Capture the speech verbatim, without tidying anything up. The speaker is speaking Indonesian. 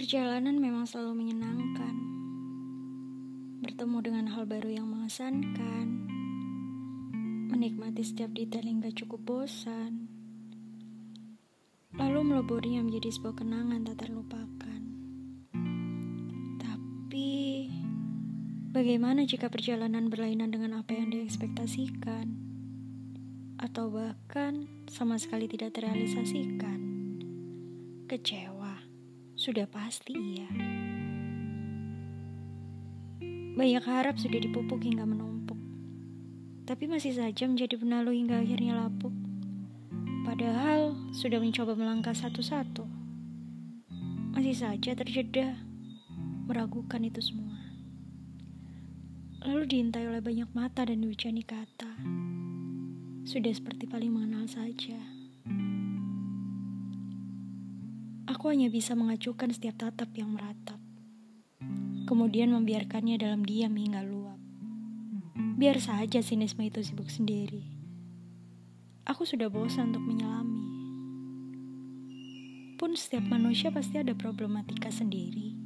Perjalanan memang selalu menyenangkan. Bertemu dengan hal baru yang mengesankan. Menikmati setiap detail hingga cukup bosan. Lalu meleburinya menjadi sebuah kenangan tak terlupakan. Tapi, bagaimana jika perjalanan berlainan dengan apa yang diekspektasikan? Atau bahkan sama sekali tidak terrealisasikan? Kecewa, sudah pasti iya. Banyak harap sudah dipupuk hingga menumpuk, tapi masih saja menjadi benalu hingga akhirnya lapuk. Padahal sudah mencoba melangkah satu-satu, masih saja terjeda, meragukan itu semua. Lalu diintai oleh banyak mata dan dihujani kata, sudah seperti paling mengenal saja. Aku hanya bisa mengacuhkan setiap tatap yang meratap, kemudian membiarkannya dalam diam hingga luap. Biar saja sinisme itu sibuk sendiri. Aku sudah bosan untuk menyelami. Pun setiap manusia pasti ada problematika sendiri.